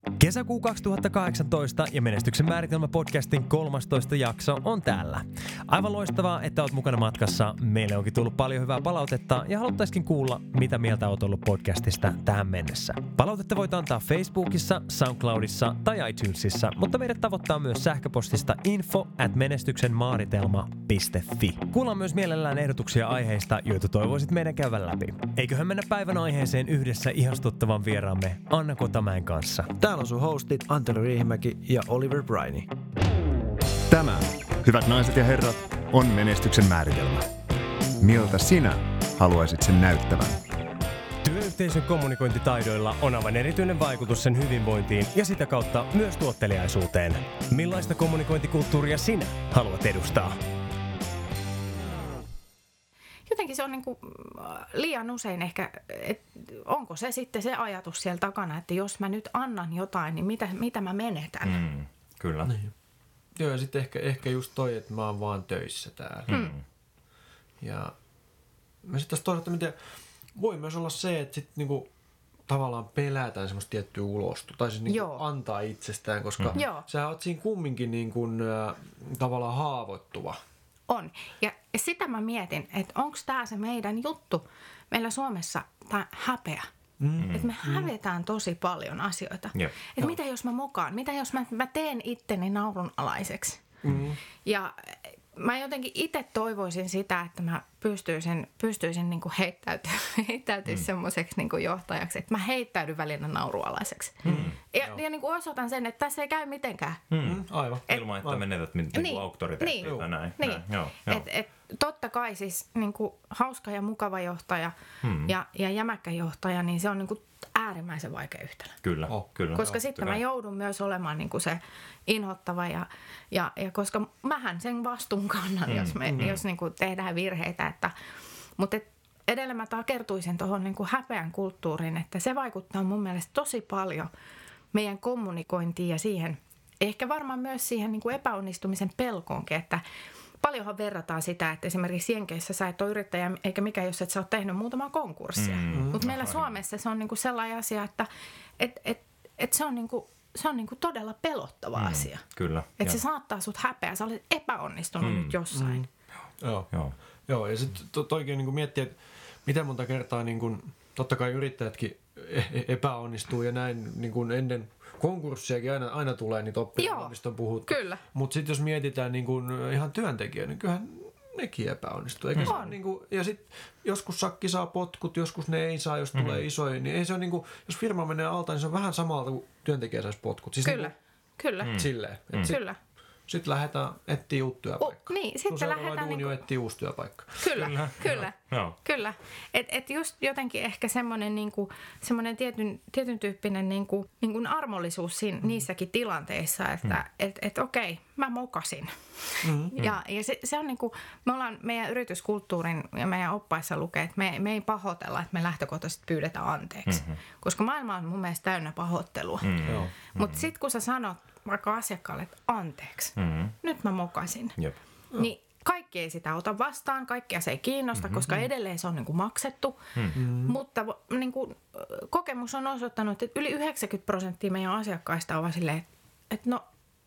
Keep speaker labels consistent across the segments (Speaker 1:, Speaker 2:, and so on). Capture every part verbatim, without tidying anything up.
Speaker 1: Kesäkuu kaksituhattakahdeksantoista ja Menestyksen määritelmä podcastin kolmastoista jakso on täällä. Aivan loistavaa, että oot mukana matkassa. Meille onkin tullut paljon hyvää palautetta ja haluttaisikin kuulla, mitä mieltä oot ollut podcastista tähän mennessä. Palautetta voit antaa Facebookissa, SoundCloudissa tai iTunesissa, mutta meidät tavoittaa myös sähköpostista info at menestyksenmaaritelma piste fi. Kuullaan myös mielellään ehdotuksia aiheista, joita toivoisit meidän käyvän läpi. Eiköhän mennä päivän aiheeseen yhdessä ihastuttavan vieraamme Anna Kotamäen kanssa.
Speaker 2: Täällä on sun hostit Antero Riihimäki ja Oliver Briney.
Speaker 3: Tämä, hyvät naiset ja herrat, on menestyksen määritelmä. Miltä sinä haluaisit sen näyttävän?
Speaker 1: Työyhteisön kommunikointitaidoilla on aivan erityinen vaikutus sen hyvinvointiin ja sitä kautta myös tuotteliaisuuteen. Millaista kommunikointikulttuuria sinä haluat edustaa?
Speaker 4: Jotenkin se on niin kuin liian usein ehkä, että onko se sitten se ajatus siellä takana, että jos mä nyt annan jotain, niin mitä, mitä mä menetän?
Speaker 5: Mm, kyllä.
Speaker 2: Niin. Joo, ja sitten ehkä, ehkä just toi, että mä oon vaan töissä täällä.
Speaker 4: Mm.
Speaker 2: Ja mä sitten taas toisaalta, miten voi myös olla se, että sitten niinku tavallaan pelätään semmoista tiettyä ulostusta, tai siis niinku antaa itsestään, koska
Speaker 4: mm.
Speaker 2: sä oot siinä kumminkin niinku, äh, tavallaan haavoittuva.
Speaker 4: On. Ja sitä mä mietin, että onko tämä se meidän juttu meillä Suomessa, tämä häpeä. Mm. Että me hävetään tosi paljon asioita.
Speaker 5: Yep.
Speaker 4: Että mitä jos mä mokaan? Mitä jos mä, mä teen itteni naurunalaiseksi? Mm. Ja mä jotenkin itse toivoisin sitä, että mä pystyisin, pystyisin niinku heittäytyä, heittäytyä mm. semmoiseksi niinku johtajaksi, että mä heittäydyn välillä naurualaiseksi. Mm. Ja, ja niinku osoitan sen, että tässä ei käy mitenkään.
Speaker 5: Mm. Aivan. Et, Ilman, että menetät niin, niin, auktoriteettia
Speaker 4: niin,
Speaker 5: tai näin.
Speaker 4: Niin.
Speaker 5: näin. Joo, joo.
Speaker 4: Et, et, totta kai siis niinku hauska ja mukava johtaja mm. ja, ja jämäkkä johtaja, niin se on niinku äärimmäisen vaikea yhtälö.
Speaker 5: Kyllä, oh, kyllä.
Speaker 4: Koska oh, sitten mä joudun myös olemaan niinku se inhottava ja, ja, ja koska mähän sen vastuun kannan, mm. jos, me, mm. jos niinku tehdään virheitä. Että, mutta et edellä mä takertuisin tuohon niinku häpeän kulttuuriin, että se vaikuttaa mun mielestä tosi paljon meidän kommunikointiin ja siihen, ehkä varmaan myös siihen niinku epäonnistumisen pelkoonkin, että paljonhan verrataan sitä, että esimerkiksi Jenkeissä sä et ole yrittäjä, eikä mikä jos et sä ole tehnyt muutamaa konkurssia. Mm, Mutta meillä Suomessa se on niinku sellainen asia, että et, et, et se on, niinku, se on niinku todella pelottava mm, asia.
Speaker 5: Kyllä.
Speaker 4: Että se saattaa sut häpeä, sä olet epäonnistunut mm, nyt jossain. Mm.
Speaker 2: Joo. Joo. Joo, ja sitten to, toikin niinku miettiä, että miten monta kertaa, niinku, totta kai yrittäjätkin epäonnistuu ja näin niinku ennen konkurssiakin aina, aina tulee niitä oppilaita, mistä on puhuttu. Mutta sitten jos mietitään niin kun ihan työntekijä, niin kyllähän nekin epäonnistuu. Eikä se, niin kun, ja sitten joskus sakki saa potkut, joskus ne ei saa, jos tulee mm-hmm. isoja. Niin ei se ole niin kun, jos firma menee alta, niin se on vähän samalta kuin työntekijä saisi potkut. Siis
Speaker 4: kyllä,
Speaker 2: niin kun,
Speaker 4: kyllä.
Speaker 2: Mm. Silleen. Mm. Sit, kyllä. Sitten lähdetään etsiä uutta työpaikkaa.
Speaker 4: Uh, niin, sitten lähdetään
Speaker 2: niinku etsiä uusi työpaikka.
Speaker 4: Kyllä, kyllä, kyllä.
Speaker 5: Joo.
Speaker 4: kyllä. Et, et just jotenkin ehkä semmoinen niinku, semmoinen tietyn, tietyn tyyppinen niinku, niinku armollisuus siinä, mm. niissäkin tilanteissa, että mm. et, et okei, mä mokasin. Mm. ja ja se, se on niinku, me ollaan meidän yrityskulttuurin ja meidän oppaissa lukee, että me, me ei pahoitella, että me lähtökohtaisesti pyydetään anteeksi. Mm-hmm. Koska maailma on mun mielestä täynnä pahoittelua. Mm-hmm. Mutta sitten kun sä sanot vaikka asiakkaalle, että anteeksi, mm-hmm. nyt mä mokasin,
Speaker 5: Jep.
Speaker 4: niin kaikki ei sitä ota vastaan, kaikkia se ei kiinnosta, mm-hmm. koska edelleen se on niin kuin maksettu. Mm-hmm. Mutta niin kuin, kokemus on osoittanut, että yli yhdeksänkymmentä prosenttia meidän asiakkaista on vaan silleen, että, että no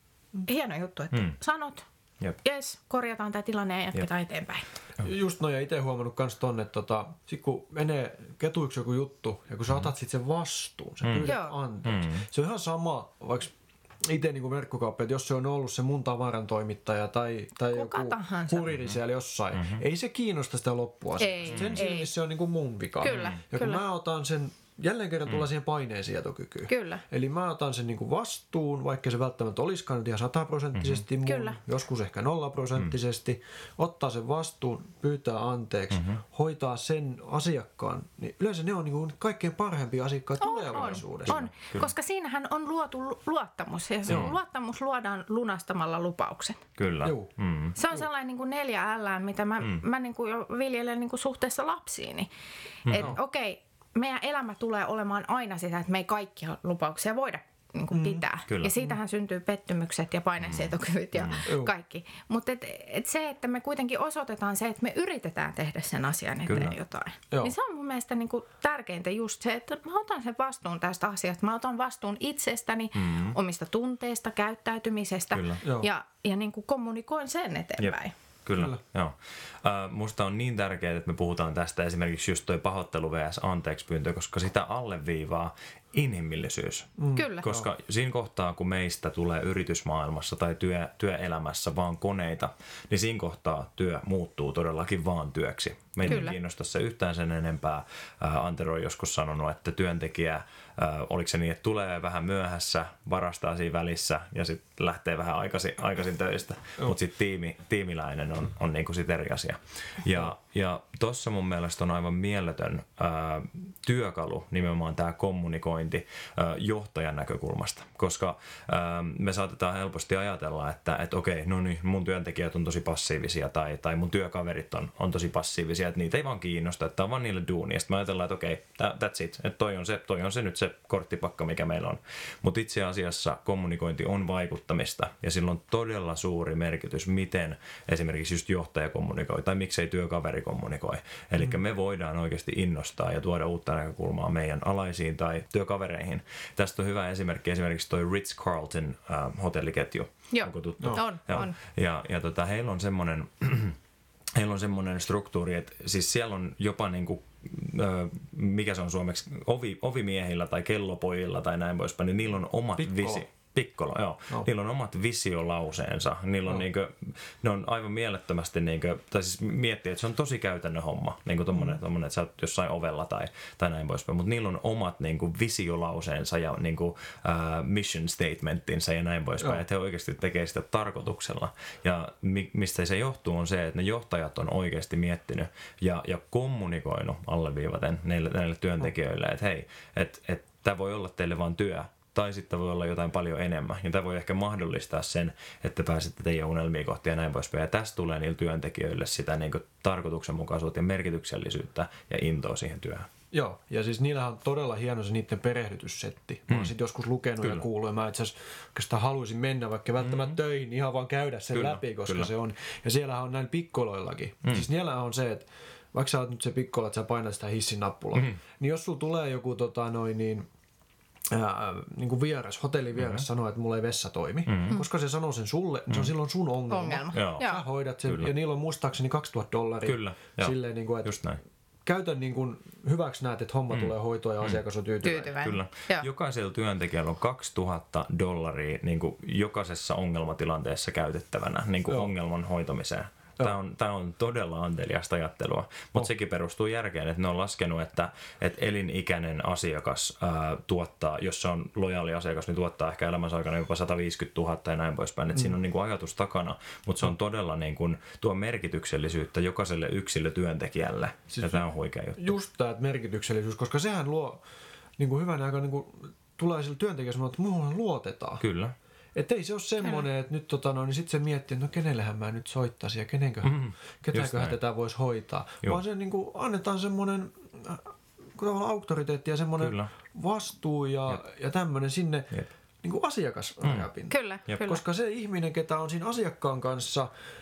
Speaker 4: hieno juttu, että mm. sanot, jes, korjataan tämä tilanne ja jatketaan Jep. eteenpäin.
Speaker 2: Just noin, ja itse huomannut kans tonne, että tota, sit kun menee ketuiksi joku juttu, ja kun sä otat mm. sit sen vastuun, sä pyydät mm. anteeksi. Mm. Se on ihan sama, vaikka itse niin verkkokauppa, että jos se on ollut se mun tavaran toimittaja tai, tai joku kuriri siellä jossain, mm-hmm. ei se kiinnosta sitä loppua. Ei, sen silmissä se on niin kuin mun vika.
Speaker 4: Kyllä,
Speaker 2: ja kun
Speaker 4: kyllä.
Speaker 2: mä otan sen, jälleen kerran tullaan mm. siihen paineensietokykyyn.
Speaker 4: Kyllä.
Speaker 2: Eli mä otan sen niin kuin vastuun, vaikka se välttämättä olisikaan nyt ihan sataprosenttisesti mm-hmm. mun, kyllä. joskus ehkä nollaprosenttisesti. Mm. Ottaa sen vastuun, pyytää anteeksi, mm-hmm. hoitaa sen asiakkaan. Niin yleensä ne on niin kuin kaikkein parhaimpia asiakkaita tulevaisuudessa.
Speaker 4: On, on. koska siinähän on luotu luottamus. Ja se luottamus luodaan lunastamalla lupauksen.
Speaker 5: Kyllä.
Speaker 4: Mm. Se on sellainen niin kuin neljä L:ää, mitä mä, mm. mä niin kuin jo viljelen niin kuin suhteessa lapsiini. Mm. Että okei, okay, meidän elämä tulee olemaan aina sitä, että me ei kaikkia lupauksia voida niin kuin pitää.
Speaker 5: Kyllä.
Speaker 4: Ja siitähän syntyy pettymykset ja paineensietokyvyt ja
Speaker 2: Mm.
Speaker 4: kaikki. Mutta et, et se, että me kuitenkin osoitetaan se, että me yritetään tehdä sen asian eteen
Speaker 5: Kyllä.
Speaker 4: jotain.
Speaker 2: Joo.
Speaker 4: Niin se on mun mielestä niin kuin tärkeintä just se, että mä otan sen vastuun tästä asiasta. Mä otan vastuun itsestäni, mm. omista tunteista, käyttäytymisestä
Speaker 5: Kyllä.
Speaker 2: Joo.
Speaker 4: ja, ja niin kuin kommunikoin sen eteenpäin.
Speaker 5: Jep. Kyllä,
Speaker 2: Kyllä.
Speaker 5: joo. Äh, musta on niin tärkeää, että me puhutaan tästä esimerkiksi just toi pahoittelu versus anteeksi pyyntö, koska sitä alleviivaa inhimillisyys.
Speaker 4: Mm. Kyllä.
Speaker 5: Koska siinä kohtaa, kun meistä tulee yritysmaailmassa tai työ, työelämässä vaan koneita, niin siinä kohtaa työ muuttuu todellakin vaan työksi. Meitä ei kiinnosta se yhtään sen enempää. Ää, Antero on joskus sanonut, että työntekijä, ää, oliko se niin, että tulee vähän myöhässä, varastaa siinä välissä ja sitten lähtee vähän aikaisin, aikaisin töistä. Mutta sitten tiimi, tiimiläinen on, on niinku sit eri asia. Ja, ja tuossa mun mielestä on aivan mieletön ää, työkalu nimenomaan tämä kommunikointi ää, johtajan näkökulmasta. Koska ää, me saatetaan helposti ajatella, että et okei, no niin, mun työntekijät on tosi passiivisia tai, tai mun työkaverit on, on tosi passiivisia, että niitä ei vaan kiinnosta, että tämä on vaan niille duunia. Sitten me ajatellaan, että okei, that's it, että toi on se, toi on se nyt se korttipakka, mikä meillä on. Mutta itse asiassa kommunikointi on vaikuttamista ja sillä on todella suuri merkitys, miten esimerkiksi just johtaja kommunikoi tai miksei työkaveri kommunikoi. Eli mm. me voidaan oikeasti innostaa ja tuoda uutta näkökulmaa meidän alaisiin tai työkavereihin. Tästä on hyvä esimerkki esimerkiksi toi Ritz-Carlton äh, hotelliketju.
Speaker 4: Joo,
Speaker 5: onko tuttu?
Speaker 4: on,
Speaker 5: Joo.
Speaker 4: on.
Speaker 5: Ja, ja tota, heillä on semmoinen heillä on semmoinen struktuuri, että siis siellä on jopa niinku, ö, mikä se on suomeksi, ovi, ovimiehillä tai kellopojilla tai näin poispäin, niin niillä on omat
Speaker 2: Piccolo.
Speaker 5: visi. Piccolo, joo.
Speaker 2: No.
Speaker 5: Niillä on omat visiolauseensa. Niillä on
Speaker 2: No.
Speaker 5: niinkö, ne on aivan mielettömästi, niinkö, tai siis miettii, että se on tosi käytännön homma. Niinku tommonen, mm. tommonen, että sä oot jossain ovella tai, tai näin poispäin. Mutta niillä on omat niinku visiolauseensa ja niinku, äh, mission statementinsa ja näin poispäin. Että he oikeasti tekee sitä tarkoituksella. Ja mi, mistä se johtuu on se, että ne johtajat on oikeasti miettinyt ja, ja kommunikoinut alleviivaten näille, näille työntekijöille, että hei, että et, tämä voi olla teille vaan työ. Tai sitten voi olla jotain paljon enemmän. Ja tämä voi ehkä mahdollistaa sen, että pääsette teidän unelmiin kohti ja näin poispäin. Ja tästä tulee niille työntekijöille sitä niin kuin tarkoituksenmukaisuutta ja merkityksellisyyttä ja intoa siihen työhön.
Speaker 2: Joo, ja siis niillähän on todella hieno se niiden perehdytyssetti. Mä oon sit joskus lukenut Kyllä. ja kuullut, ja mä itse asiassa oikeastaan haluaisin mennä vaikka välttämättä mm. töihin, ihan vaan käydä sen
Speaker 5: Kyllä,
Speaker 2: läpi, koska
Speaker 5: kyllä.
Speaker 2: se on. Ja siellähän on näin pikkoloillakin. Mm. Siis niillähän on se, että vaikka sä oot nyt se pikkolo, että sä painat sitä hissin nappulaa, mm. niin jos sulla tulee joku tota noin niin... Ää, niin kuin vieras, hotellivieras mm-hmm. sanoo, että mulla ei vessa toimi. Mm-hmm. Koska se sanoo sen sulle, niin se on silloin sun ongelma.
Speaker 4: Ongelma.
Speaker 5: Joo.
Speaker 2: Sä hoidat sen,
Speaker 5: Kyllä.
Speaker 2: ja niillä on muistaakseni kaksituhatta dollaria.
Speaker 5: Kyllä,
Speaker 2: silleen, niin kuin, että
Speaker 5: just näin.
Speaker 2: käytän niin kuin hyväksi näet, että homma mm. tulee hoitoon ja mm. asiakas on tyytyväinen.
Speaker 4: Tyytyväinen.
Speaker 5: Kyllä.
Speaker 4: Joo.
Speaker 5: Jokaisella työntekijällä on kaksituhatta dollaria niin kuin jokaisessa ongelmatilanteessa käytettävänä niin kuin ongelman hoitamiseen. Tämä on, tämä on todella anteliasta ajattelua, mutta oh. sekin perustuu järkeen, että ne on laskenut, että, että elinikäinen asiakas ää, tuottaa, jos se on lojaali asiakas, niin tuottaa ehkä elämänsä aikana jopa sata viisikymmentätuhatta ja näin poispäin. Että mm. siinä on niin kuin ajatus takana, mutta se on todella niin kuin, tuo merkityksellisyyttä jokaiselle yksilötyöntekijälle. Siis ja tämä on huikea juttu.
Speaker 2: Just tämä merkityksellisyys, koska sehän luo niin kuin hyvän aikaa, niin kuin, tulee sille työntekijälle, että muuhun luotetaan.
Speaker 5: Kyllä.
Speaker 2: Että ei se ole semmoinen, että nyt tota, no, niin sitten se miettii, että no kenellähän mä nyt soittaisin ja kenenköhän, mm, ketäköhän tätä voisi hoitaa. Joo. Vaan se niin kuin, annetaan semmoinen äh, auktoriteetti ja semmoinen Kyllä. vastuu ja, ja tämmöinen sinne niin kuin asiakasrajapinta.
Speaker 4: Mm. Kyllä, kyllä.
Speaker 2: Koska se ihminen, ketä on siinä asiakkaan kanssa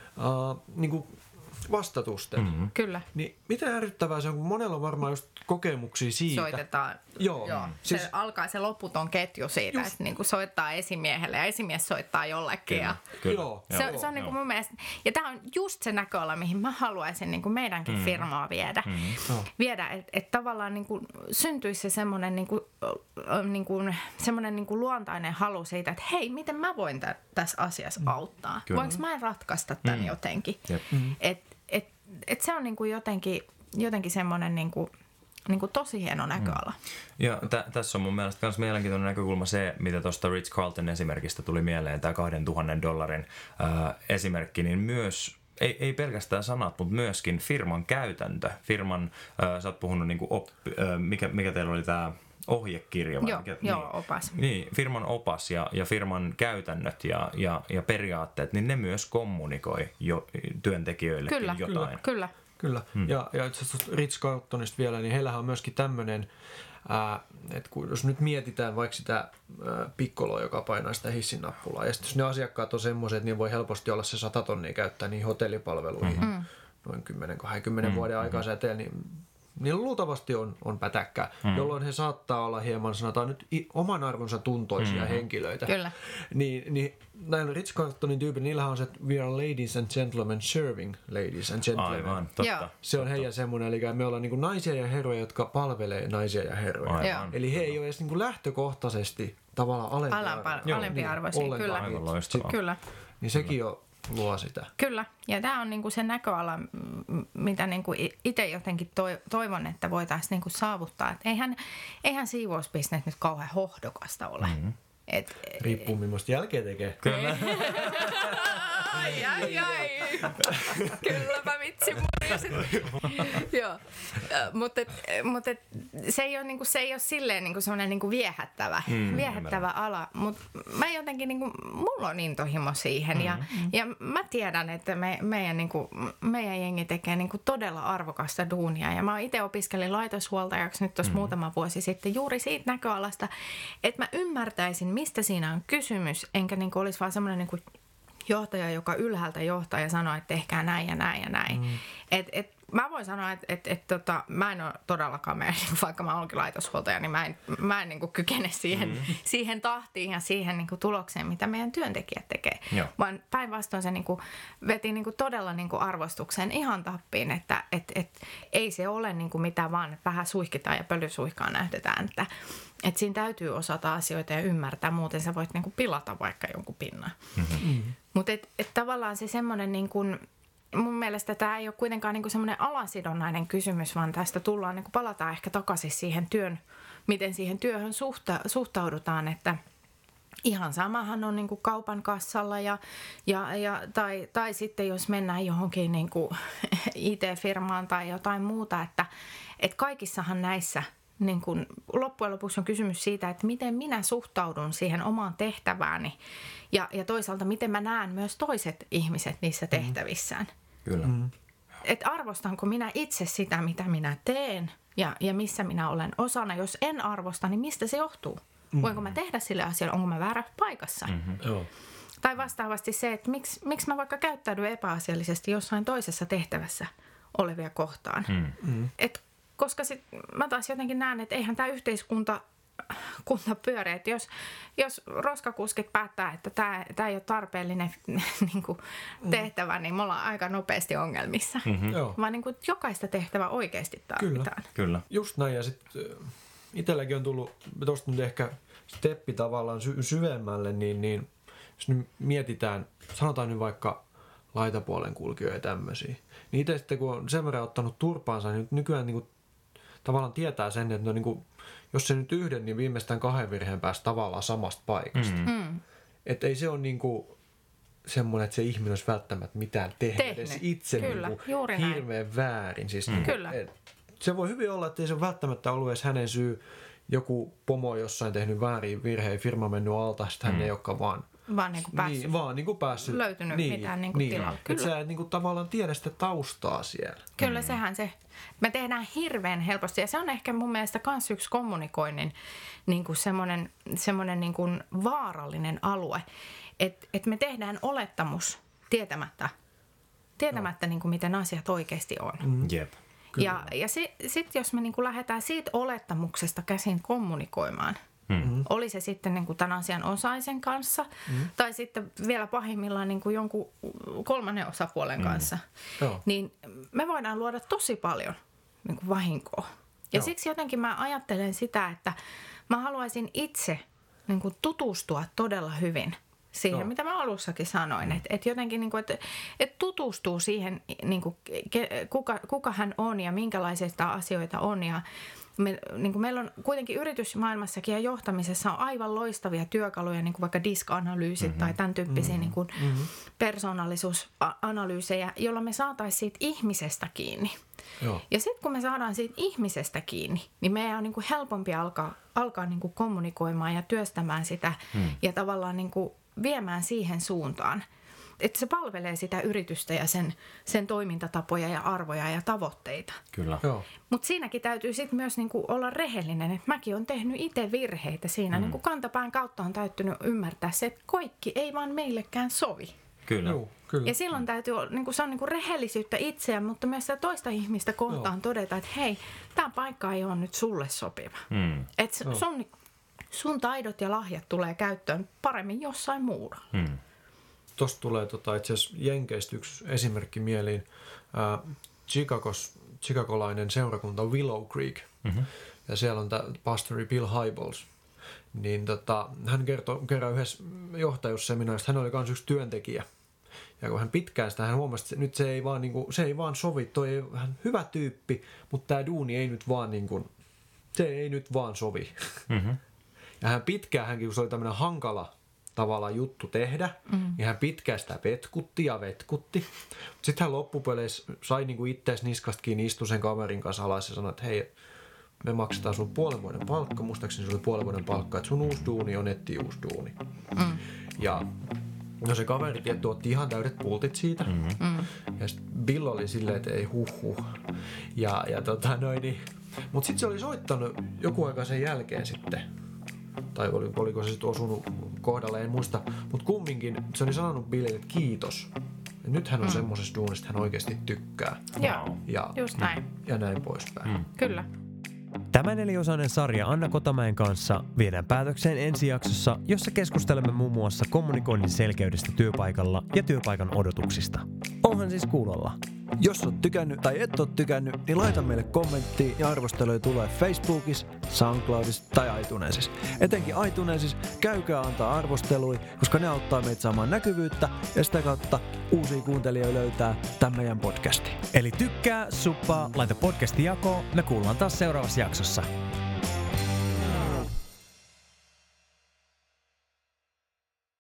Speaker 2: äh, niin kuin vastatusten,
Speaker 5: mm-hmm.
Speaker 4: Kyllä.
Speaker 2: niin mitä ärsyttävää se on, kun monella on varmaan just kokemuksia siitä.
Speaker 4: Soitetaan.
Speaker 2: Joo.
Speaker 4: Joo.
Speaker 2: Siis,
Speaker 4: se alkaa se loputon ketju siitä, just, että niinku soittaa esimiehelle ja esimies soittaa jollekin.
Speaker 5: Kyllä,
Speaker 4: ja
Speaker 5: kyllä.
Speaker 2: Joo.
Speaker 4: Se, se on niinku mun mielestä, ja tämä on just se näköala, mihin mä haluaisin niinku meidänkin mm. firmaa viedä. Mm. Viedä, että et tavallaan niinku syntyisi se semmoinen niinku, niinku, semmoinen niinku luontainen halu siitä, että hei, miten mä voin tä, tässä asiassa mm. auttaa? Kyllä. Voinko mä ratkaista tämän mm. jotenkin? Mm. Että et, et se on niinku jotenkin, jotenkin semmoinen niinku, niinku tosi hieno näköala. Mm.
Speaker 5: Ja t- tässä on mun mielestä myös mielenkiintoinen näkökulma se, mitä tuosta Ritz-Carlton esimerkistä tuli mieleen, tämä kahden tuhannen dollarin ää, esimerkki, niin myös Ei, ei pelkästään sanat, mutta myöskin firman käytäntö. Firman, ää, sä oot puhunut niinku oppi, ää, mikä, mikä teillä oli tämä ohjekirja? Vai
Speaker 4: joo,
Speaker 5: mikä?
Speaker 4: joo
Speaker 5: niin,
Speaker 4: opas.
Speaker 5: Niin, firman opas ja, ja firman käytännöt ja, ja, ja periaatteet, niin ne myös kommunikoi jo työntekijöillekin
Speaker 4: kyllä,
Speaker 5: jotain.
Speaker 4: Kyllä,
Speaker 2: Kyllä. Hmm. Ja, ja itse asiassa Ritz-Carltonista vielä, niin heillähän on myöskin tämmöinen ää, että kun, jos nyt mietitään vaikka sitä ää, pikkoloa, joka painaa sitä hissin nappulaa, ja sitten jos ne asiakkaat on semmoiset, että niin voi helposti olla se sata tonnia käyttää niihin hotellipalveluihin
Speaker 4: Mm-hmm.
Speaker 2: noin kymmenen kaksikymmentä
Speaker 5: Mm,
Speaker 2: vuoden aikaa säteen, niin niillä luultavasti on, on pätäkkää, mm. jolloin he saattaa olla hieman, sanotaan nyt, i, oman arvonsa tuntoisia mm. henkilöitä.
Speaker 4: Kyllä.
Speaker 2: Niin, niin näillä Ritz-Carltonin tyypillä, niillähän on se, että we are ladies and gentlemen serving ladies and gentlemen.
Speaker 5: Aivan, totta.
Speaker 4: Joo.
Speaker 2: Se on heidän semmoinen, eli me ollaan niin naisia ja herroja, jotka palvelee naisia ja herroja.
Speaker 5: Aivan.
Speaker 2: Eli he ei ole edes niin lähtökohtaisesti tavallaan alempia,
Speaker 4: Alampa- alempiarvoisia,
Speaker 2: ollenkaan.
Speaker 4: kyllä.
Speaker 5: Aivan loistavaa.
Speaker 4: Kyllä.
Speaker 2: Niin sekin jo luo sitä.
Speaker 4: Kyllä, ja tämä on niinku se näköala, m- mitä niinku itse jotenkin toivon, että voitaisiin niinku saavuttaa. Et eihän, eihän siivousbisnes nyt kauhean hohdokasta ole. Mm-hmm. Et,
Speaker 2: Riippuu millaista jälkeä tekee.
Speaker 5: Kyllä.
Speaker 4: ai, ai, ai. Kylläpä vitsi murjasit. Joo, mutta mut se ei ole niinku, se ei ole silleen niinku semmoinen niinku viehättävä, mm, viehättävä ala, mutta mä jotenkin niinku, mulla on intohimo siihen mm, ja, mm. ja mä tiedän, että me, meidän niinku, meidän jengi tekee niinku todella arvokasta duunia ja mä itse opiskelin laitoshuoltajaksi nyt tuossa mm. muutama vuosi sitten juuri siitä näköalasta, että mä ymmärtäisin, mistä siinä on kysymys, enkä niinku olisi vaan semmoinen niinku johtaja, joka ylhäältä johtaa ja sanoo, että tehkää näin ja näin ja näin. Mm. Et, et, mä voin sanoa, että et, et, tota, mä en ole todellakaan, mä, vaikka mä olenkin laitoshuoltaja, niin mä en, mä en niin kuin kykene siihen, mm. siihen tahtiin ja siihen niin kuin tulokseen, mitä meidän työntekijät tekee. Joo. Vaan päinvastoin se niin kuin veti niin kuin todella niin kuin arvostuksen ihan tappiin, että et, et, ei se ole niin kuin mitään vaan, että vähän suihkitaan ja pölysuihkaa näytetään, että et siinä täytyy osata asioita ja ymmärtää, muuten sä voit niin kuin pilata vaikka jonkun pinnan. Mm-hmm. Mm-hmm. Mutta et, et tavallaan se semmoinen, niin kuin, mun mielestä tämä ei ole kuitenkaan niin kuin semmoinen alasidonnainen kysymys, vaan tästä tullaan, niin kuin palataan ehkä takaisin siihen työn, miten siihen työhön suhta, suhtaudutaan, että ihan samahan on niin kuin kaupan kassalla ja, ja, ja, tai, tai sitten jos mennään johonkin niin kuin I T-firmaan tai jotain muuta, että et kaikissahan näissä niin kun loppujen lopuksi on kysymys siitä, että miten minä suhtaudun siihen omaan tehtävääni ja, ja toisaalta miten mä näen myös toiset ihmiset niissä tehtävissään.
Speaker 5: Kyllä.
Speaker 2: Mm.
Speaker 4: Et arvostanko minä itse sitä, mitä minä teen ja, ja missä minä olen osana. Jos en arvosta, niin mistä se johtuu? Mm. Voinko mä tehdä sille asialle? Onko mä väärä paikassa? Mm-hmm.
Speaker 2: Joo.
Speaker 4: Tai vastaavasti se, että miksi, miksi mä vaikka käyttäydyn epäasiallisesti jossain toisessa tehtävässä olevia kohtaan. Mm. Et koska sit mä taas jotenkin näen, että eihän tämä yhteiskunta kunta pyöri. Että jos, jos roskakuskit päättää, että tämä ei ole tarpeellinen niin kuin tehtävä, niin me ollaan aika nopeasti ongelmissa. Mm-hmm. Vaan niin kuin jokaista tehtävää oikeasti tarvitaan.
Speaker 5: Kyllä. Kyllä.
Speaker 2: Just näin. Ja sitten itselläkin on tullut tuosta nyt ehkä steppi tavallaan sy- syvemmälle, niin, niin jos nyt mietitään, sanotaan nyt vaikka laitapuolen kulkijoita ja tämmöisiä. Niin itse sitten kun on sen verran ottanut turpaansa, niin nykyään niin kuin tavallaan tietää sen, että no niin kuin, jos se nyt yhden, niin viimeistään kahden virheen päästä tavallaan samasta paikasta. Mm. Että ei se ole niin kuin semmoinen, että se ihminen olisi välttämättä mitään tehnyt edes itse
Speaker 4: Kyllä,
Speaker 2: niin kuin hirveän näin. Väärin. Siis mm. niin kuin,
Speaker 4: Kyllä.
Speaker 2: Et, se voi hyvin olla, että ei se välttämättä ollut edes hänen syy, joku pomo jossain tehnyt väärin virheen, firma mennyt alta, sitten mm. hän ei olekaan vaan
Speaker 4: Vaan niin kuin päässyt.
Speaker 2: Niin, vaan niin kuin päässyt.
Speaker 4: Löytynyt
Speaker 2: niin,
Speaker 4: mitään niin kuin
Speaker 2: niin.
Speaker 4: tilalla.
Speaker 2: Että sä et niin kuin tavallaan tiedä sitä taustaa siellä.
Speaker 4: Kyllä mm. sehän se. Me tehdään hirveän helposti ja se on ehkä mun mielestä kans yksi kommunikoinnin niin kuin semmoinen, semmoinen niin kuin vaarallinen alue. Että et me tehdään olettamus tietämättä, tietämättä no. niin kuin miten asiat oikeasti on.
Speaker 5: Mm. Jep.
Speaker 4: Kyllä. Ja, ja sitten sit jos me niin kuin lähdetään siitä olettamuksesta käsin kommunikoimaan, Mm-hmm. oli se sitten niin kuin tämän asian osaisen kanssa mm-hmm. tai sitten vielä pahimmillaan niin kuin jonkun kolmannen osapuolen mm-hmm. kanssa, Joo. niin me voidaan luoda tosi paljon niin kuin vahinkoa. Ja Joo. siksi jotenkin mä ajattelen sitä, että mä haluaisin itse niin kuin tutustua todella hyvin siihen, Joo. mitä mä alussakin sanoin. Mm-hmm. Että et jotenkin, niin kuin, että et tutustuu siihen, niin kuin, kuka, kuka hän on ja minkälaisia asioita on ja Me, niin kuin meillä on kuitenkin yritysmaailmassakin ja johtamisessa on aivan loistavia työkaluja, niin kuin vaikka disk-analyysit mm-hmm. tai tämän tyyppisiä mm-hmm. niin kuin mm-hmm. persoonallisuusanalyysejä, jolla me saataisiin siitä ihmisestä kiinni. Joo. Ja sitten kun me saadaan siitä ihmisestä kiinni, niin meidän on niin kuin helpompi alkaa, alkaa niin kuin kommunikoimaan ja työstämään sitä mm. ja tavallaan niin kuin viemään siihen suuntaan. että se palvelee sitä yritystä ja sen, sen toimintatapoja ja arvoja ja tavoitteita.
Speaker 5: Kyllä.
Speaker 4: Mutta siinäkin täytyy sitten myös niinku olla rehellinen, että mäkin olen tehnyt itse virheitä siinä. Mm. Niinku kantapään kautta on täytynyt ymmärtää se, että kaikki ei vaan meillekään sovi.
Speaker 5: Kyllä.
Speaker 2: Joo, kyllä.
Speaker 4: Ja silloin täytyy olla, niin kuin se on niin kuin rehellisyyttä itseään, mutta myös sitä toista ihmistä kohtaan Joo. todeta, että hei, tämä paikka ei ole nyt sulle sopiva. Mm. Että sun, sun taidot ja lahjat tulee käyttöön paremmin jossain muualla. Mm.
Speaker 2: Tuosta tulee tota, itse asiassa Jenkeistä yksi esimerkki mieliin. Äh, Chicagos, chicagolainen seurakunta Willow Creek. Mm-hmm. Ja siellä on tämä pastori Bill Hybels. Niin tota, hän kertoi kerran yhdessä johtajuusseminaarissa, hän oli myös yksi työntekijä. Ja kun hän pitkään sitä, hän huomasi, että nyt se ei vaan, niin kuin, se ei vaan sovi, toi ei, hän hyvä tyyppi, mutta tämä duuni ei nyt vaan, niin kuin, se ei nyt vaan sovi. Mm-hmm. Ja hän pitkään, hänkin kun se oli tämmöinen hankala tavallaan juttu tehdä, mm-hmm. niin hän pitkään sitä vetkutti ja vetkutti. Sitten hän loppupeleissä sai niin kuin itseäsi niskasta kiinni, istui sen kaverin kanssa alas ja sanoi, että hei, me maksetaan sun puolen vuoden palkka, muistaakseni se oli puolen vuoden palkka, että sun uusi duuni on etsiä uusi duuni. Mm. Ja no se kaveri tietty otti ihan täydet pultit siitä. Mm-hmm. Ja sitten Bill oli silleen, että ei huh huh. Ja, ja tota noin niin. Mut sitten se oli soittanut joku aika sen jälkeen sitten. Tai oli, oliko se sitten osunut kohdalle, en muista. Mut kumminkin se oli sanonut Billille, että kiitos. Ja nyt hän on mm. semmoisessa duunissa, että hän oikeasti tykkää.
Speaker 4: Joo,
Speaker 2: ja,
Speaker 4: just näin.
Speaker 2: Ja näin poispäin. Mm.
Speaker 4: Kyllä.
Speaker 1: Tämä neliosainen sarja Anna Kotamäen kanssa viedään päätökseen ensi jaksossa, jossa keskustelemme muun muassa kommunikoinnin selkeydestä työpaikalla ja työpaikan odotuksista. Onhan siis kuulolla.
Speaker 6: Jos oot tykännyt tai et oo tykännyt, niin laita meille kommenttia ja arvosteluja tulee Facebookissa, SoundCloudissa tai iTunesissa. Etenkin iTunesissa käykää antaa arvosteluja, koska ne auttaa meitä saamaan näkyvyyttä ja sitä kautta uusia kuuntelijoita löytää tämän meidän podcastin.
Speaker 1: Eli tykkää, suppaa, laita podcasti jakoon, me kuullaan taas seuraavassa jaksossa.